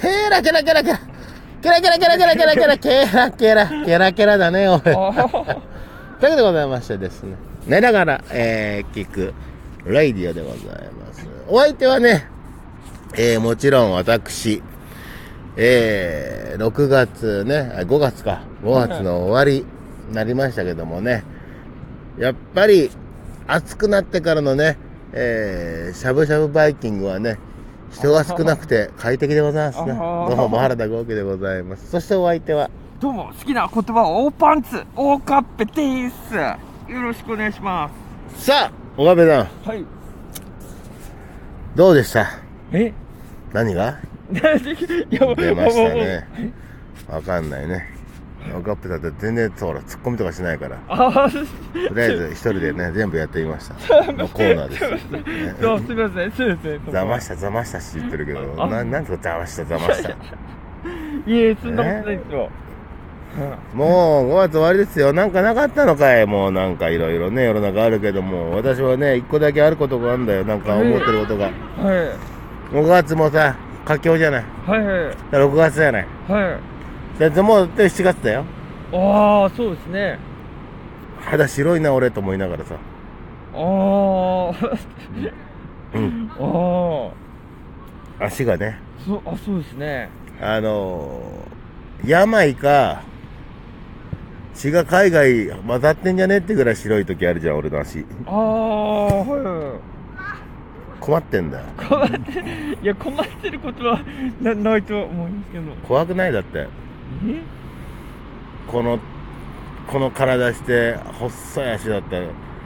ケラケラケラケラケラケラケラケラケラケラケラケラケラケラだね、おい。というわけでございましてですね、寝ながら、聞くラディオでございます。お相手はね、もちろん私、6月ね、5月か、5月の終わりになりましたけどもね、やっぱり暑くなってからのね、しゃぶしゃぶバイキングはね、人が少なくて快適でございますね。どうも原田豪輝でございます。そしてお相手は、 どうも、好きな言葉は大パンツ大カッペです。よろしくお願いします。 さあ、岡部さん、 はい。 どうでした？何が？ 出出ましたね。わかんないね。岡部さんって全然ほらツッコミとかしないから、とりあえず一人でね全部やってみましたのコーナーです。 すみません、すみません。 ざましたざましたし言ってるけど、なんとかざましたざました。 いえ、そんなことないですよ。 もう5月終わりですよ。なんかなかったのかい。もうなんかいろいろね世の中あるけども、私はね一個だけあることがあるんだよ。なんか思ってることが。 はい。 5月もさ佳境じゃない。 はいはい。 6月じゃない。 はい。 でもう7月だよ。 ああ、そうですね。 肌白いな俺と思いながらさ。 ああ。 うん。 ああ。足がね。 そうですね。 病か血が海外混ざってんじゃねってぐらい白い時あるじゃん、俺の足。 ああ、はい。 困ってんだよ。 いや、困ってることはないとは思いますけど。 怖くない？だってこの体して細い足だったら、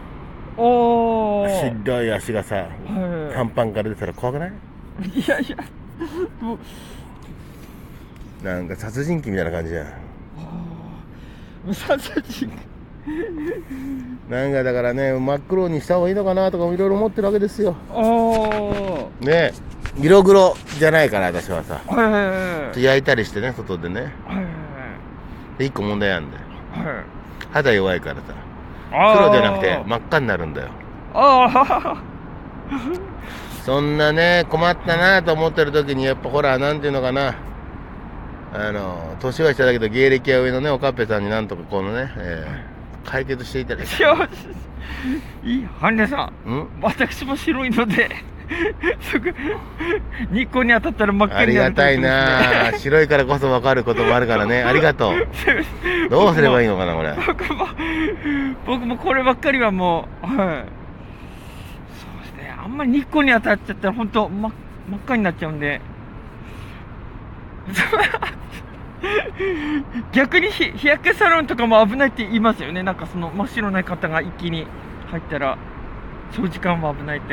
白い足がさ、短パンから出たら怖くない？ いやいや、もうなんか殺人鬼みたいな感じじゃん。 殺人なんかだからね、真っ黒にした方がいいのかなとかいろいろ思ってるわけですよ。ねえ、色黒じゃないから私はさ、焼いたりしてね、外でね。で1個問題あるんだよ。肌弱いからさ、黒じゃなくて真っ赤になるんだよ。そんなね困ったなと思ってる時に、やっぱほらなんていうのかな、年は下だけど芸歴は上のねおかっぺさんになんとかこのね、解決していただきたい。 いい、ハンネさん、私も白いので、日光に当たったら真っ赤になる。 ありがたいな。白いからこそ分かることもあるからね。ありがとう。どうすればいいのかなこれ。 僕もこればっかりはもう、はい。そうですね。あんまり日光に当たっちゃったら本当真っ赤になっちゃうんで。逆に日焼けサロンとかも危ないって言いますよね。なんかその真っ白な方が一気に入ったら長時間も危ないって。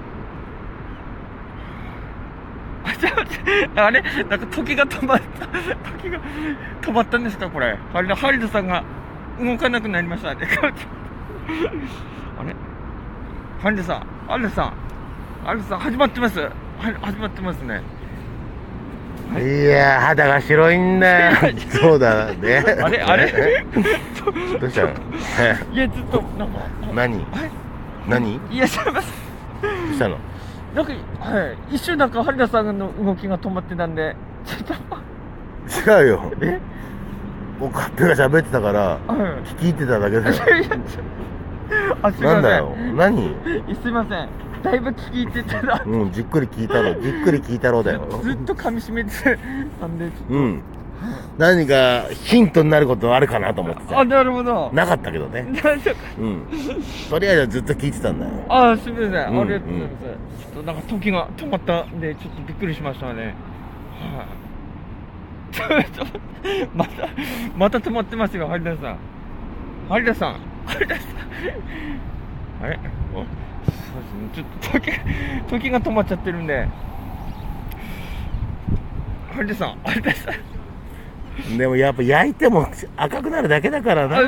あれなんか時が止まったんですかこれ。ハリドさんが動かなくなりましたね。あれハリドさん始まってます。始まってますね。 いや肌が白いんだよ。そうだね。 あれどうしたの？ いや、ずっとなんか何いや、すいません。 どうしたの？ なんか、一瞬なんか春田さんの動きが止まってたんで、ちょっと。違うよ。おかっぺが喋ってたから、聞いてただけだよ。なんだよ。何？ すいません。だいぶ聞いてたら。 じっくり聞いたろ。じっくり聞いたろだよ。 ずっと噛み締めてたんで、ちょっと。 何かヒントになることあるかなと思ってた。 なるほど。 なかったけどね。とりあえずずっと聞いてたんだよ。 すみません。ありがとうございます。ちょっとなんか時が止まったんで、ちょっとびっくりしましたね。また止まってますよ、ハリダさん。あれそうですね。ちょっと時が止まっちゃってるんで。ハリダさん。 でもやっぱ焼いても赤くなるだけだからな。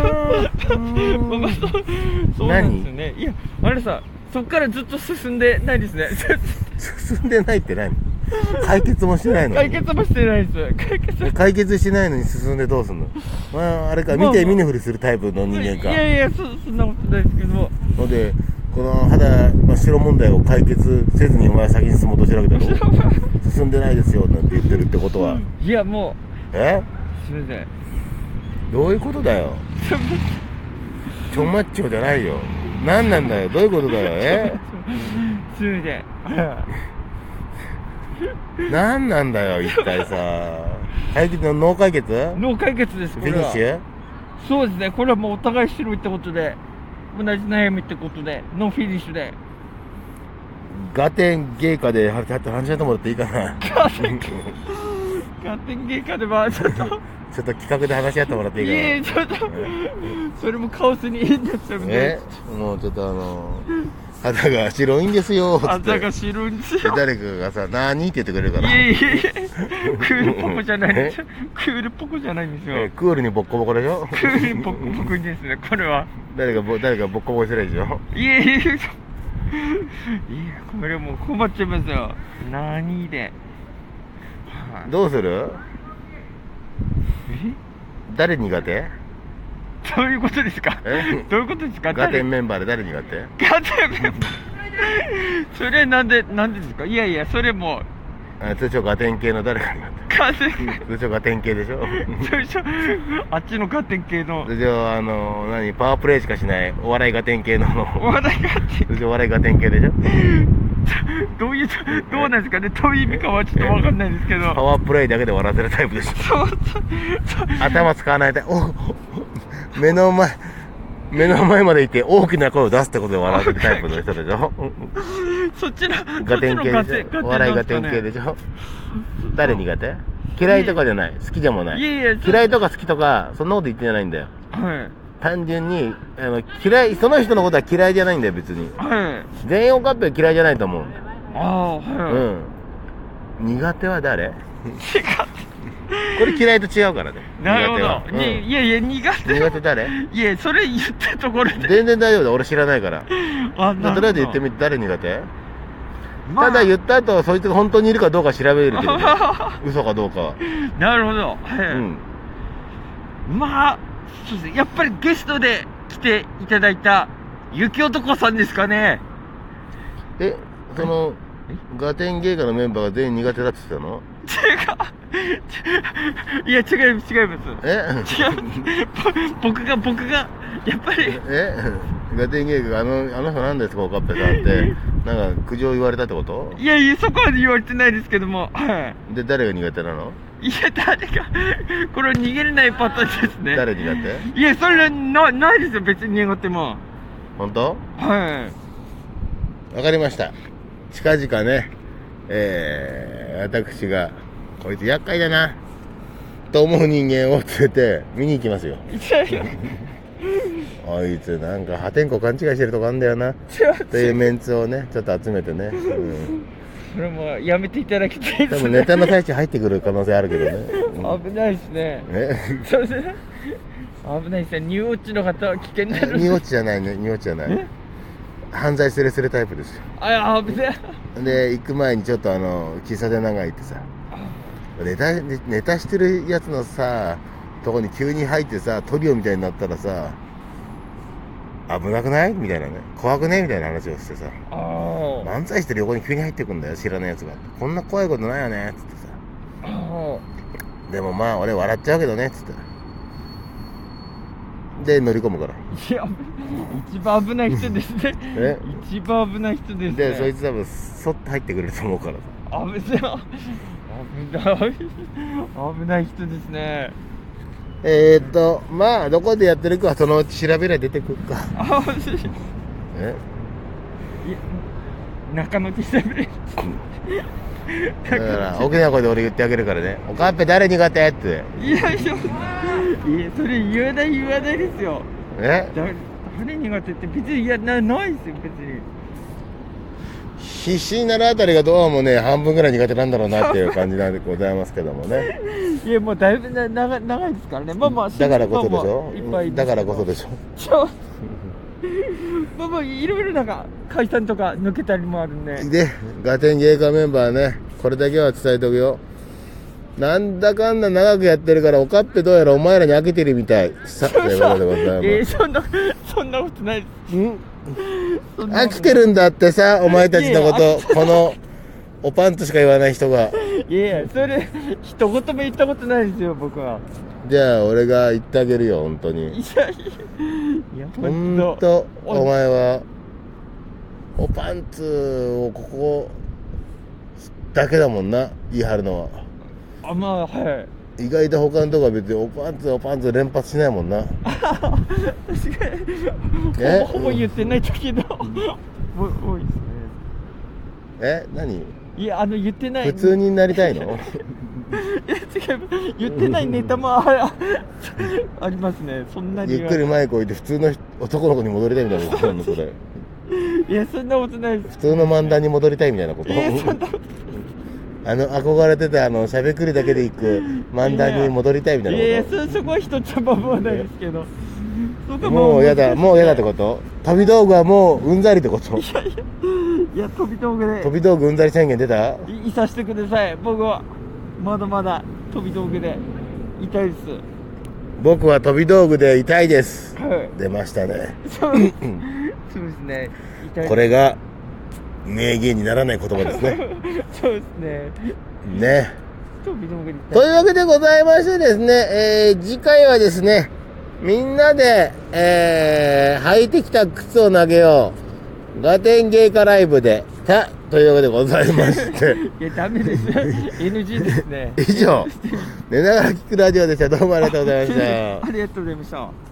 そうなんですよね。いや、あれさ、そっからずっと進んでないですね。 進んでないって何？解決もしてないの？ 解決もしてないです。 解決してないのに進んでどうすんの？あれか、見て見ぬふりするタイプの人間か。 いや、そんなことないですけど。 ので、この肌真っ白問題を解決せずにお前は先に進もうとしてるわけだろ。 進んでないですよなんて言ってるってことは、 いやもうすみません、 どういうことだよ。ちょんまっちょじゃないよ。何なんだよ、どういうことだよ。 すみません。 何なんだよ一体さ。解決のノー解決ですこれは。フィニッシュ。そうですね、これはもうお互い白いってことで、同じ悩みってことでノーフィニッシュで。 ガテンゲイカで話し合ってもらっていいかな。 ガテンゲイカではちょっと企画で話し合ってもらっていいかな。 いえ、ちょっとそれもカオスにいいんですよね。 もうちょっと肌が白いんですよ。 肌が白いんですよ。 誰かがさ、何って言ってくれるから。 いえ、クールポコじゃないんですよ。クールポコじゃないんですよ。 クールにボッコボコでしょ。 クールにボッコボコですね、これは。 誰かボッコボコしてるでしょ。 いえ、これもう困っちゃいますよ。何で。 どうする？誰苦手？ どういうことですか？どういうことですか？ ガテンメンバーで誰苦手？ ガテンメンバーそれなんでですか？いやいや、それも通称ガテン系の誰が苦手？ ガテン通称ガテン系でしょ？ 通称あっちのガテン系の通称パワープレイしかしないお笑いガテン系のお笑いガテン通称お笑いガテン系でしょ？ どうなんですかね、どういう意味かはちょっとわかんないですけど、 パワープレイだけで笑ってるタイプでしょ。頭使わないで、目の前まで行って大きな声を出すってことで笑ってるタイプの人でしょ。 そっちのガテン系でしょ。お笑いガテン系でしょ。誰苦手？嫌いとかじゃない、好きでもない。嫌いとか好きとかそんなこと言ってんじゃないんだよ。単純に嫌い、その人のことは嫌いじゃないんだよ別に。全員おかっぺは嫌いじゃないと思う。苦手は誰？これ嫌いと違うからね。 なるほど。いやいや、苦手誰？ いや、それ言ったところで全然大丈夫だ、俺知らないから。とりあえず言ってみて、誰苦手？ただ言った後そいつが本当にいるかどうか調べるけど、嘘かどうかは。 なるほど。まあそうですね、やっぱりゲストで来ていただいた雪男さんですかね。 ガテンゲイカのメンバーが全員苦手だって言ってたの？ いや、違います。僕がやっぱりガテンゲイカがあの人なんですかおかっぺさんってなんか苦情言われたってこと？ いやそこまで言われてないですけども。 で誰が苦手なの？ いや、誰がこれは逃げれないパターンですね。 誰苦手？ いや、それはないですよ、別に苦手も。 本当？ わかりました。近々ね、私がこいつ厄介だなと思う人間を連れて見に行きますよ。あいつなんか破天荒勘違いしてるとこあんだよなっていうメンツをねちょっと集めてね、 これもやめていただきたいですね。 多分ネタの最中入ってくる可能性あるけどね。 危ないですね。そうですね、危ないですね。ニューウォッチの方は危険なの。 ニューウォッチじゃないね、ニューウォッチじゃない。犯罪スレスレタイプですよ。 危ない。 で行く前にちょっと喫茶店なんか行ってさ、ネタしてるやつのさとこに急に入ってさトリオみたいになったらさ危なくないみたいなね、怖くねみたいな話をしてさ、漫才してる横に急に入ってくんだよ知らないやつが。こんな怖いことないよねっつってさ、でもまあ俺笑っちゃうけどねっつってで乗り込むから。いや、一番危ない人ですね。一番危ない人ですね。 でそいつ多分そっと入ってくれると思うからさ。 危ない人ですね。 まあどこでやってるかはそのうち調べりゃ出てくるか。 中野で調べる。 だから大きな声で俺言ってあげるからね。おかっぺ誰苦手って。 いやそれ言わないですよ。誰苦手って別にないですよ別に。 必死になるあたりがどうもね半分ぐらい苦手なんだろうなっていう感じなんでございますけどもね。 いやもうだいぶ長いですからね。まあだからこそでしょ。だからこそでしょ。 まあいろいろなんか解散とか抜けたりもあるんで。 でガテンゲイカメンバーね、これだけは伝えておくよ。なんだかんだ長くやってるからおかっぺどうやらお前らに飽きてるみたいさということでございます。 そんなことないです。 飽きてるんだってさ、お前たちのこと。このおパンとしか言わない人が。 いや、それ、一言も言ったことないですよ、僕は。 じゃあ、俺が言ってあげるよ、本当に。 いや、 ほんと、お前は、おパンツをここだけだもんな、言い張るのは。 あ、まあ、はい。 意外と他のとこは別におパンツ連発しないもんな。 確かに。ほぼ言ってないけど、多いですね。 何？ いや、言ってない。 普通になりたいの？ いや、違う。言ってないネタもありますね。そんなに。 ゆっくりマイク置いて普通の男の子に戻りたいみたいなことなの、それ。 いや、そんなことないです。 普通の漫談に戻りたいみたいなこと？憧れてたしゃべくりだけで行く漫談に戻りたいみたいなこと？ いや、そこは一つも思わないですけど。 もうやだってこと？飛び道具はもううんざりってこと？ いや、飛び道具で。 飛び道具うんざり宣言出た？ いさせてください。僕はまだまだ飛び道具で痛いです。 僕は飛び道具で痛いです。はい、出ましたね。 そうですね。 痛い。これが名言にならない言葉ですね。 そうですね。 ね。というわけでございましてですね、次回はですね、みんなで、履いてきた靴を投げよう。ガテン芸家ライブで、というわけでございまして。 いや、ダメです。NG ですね。 以上、寝ながら聞くラジオでした。どうもありがとうございました。 ありがとうございました。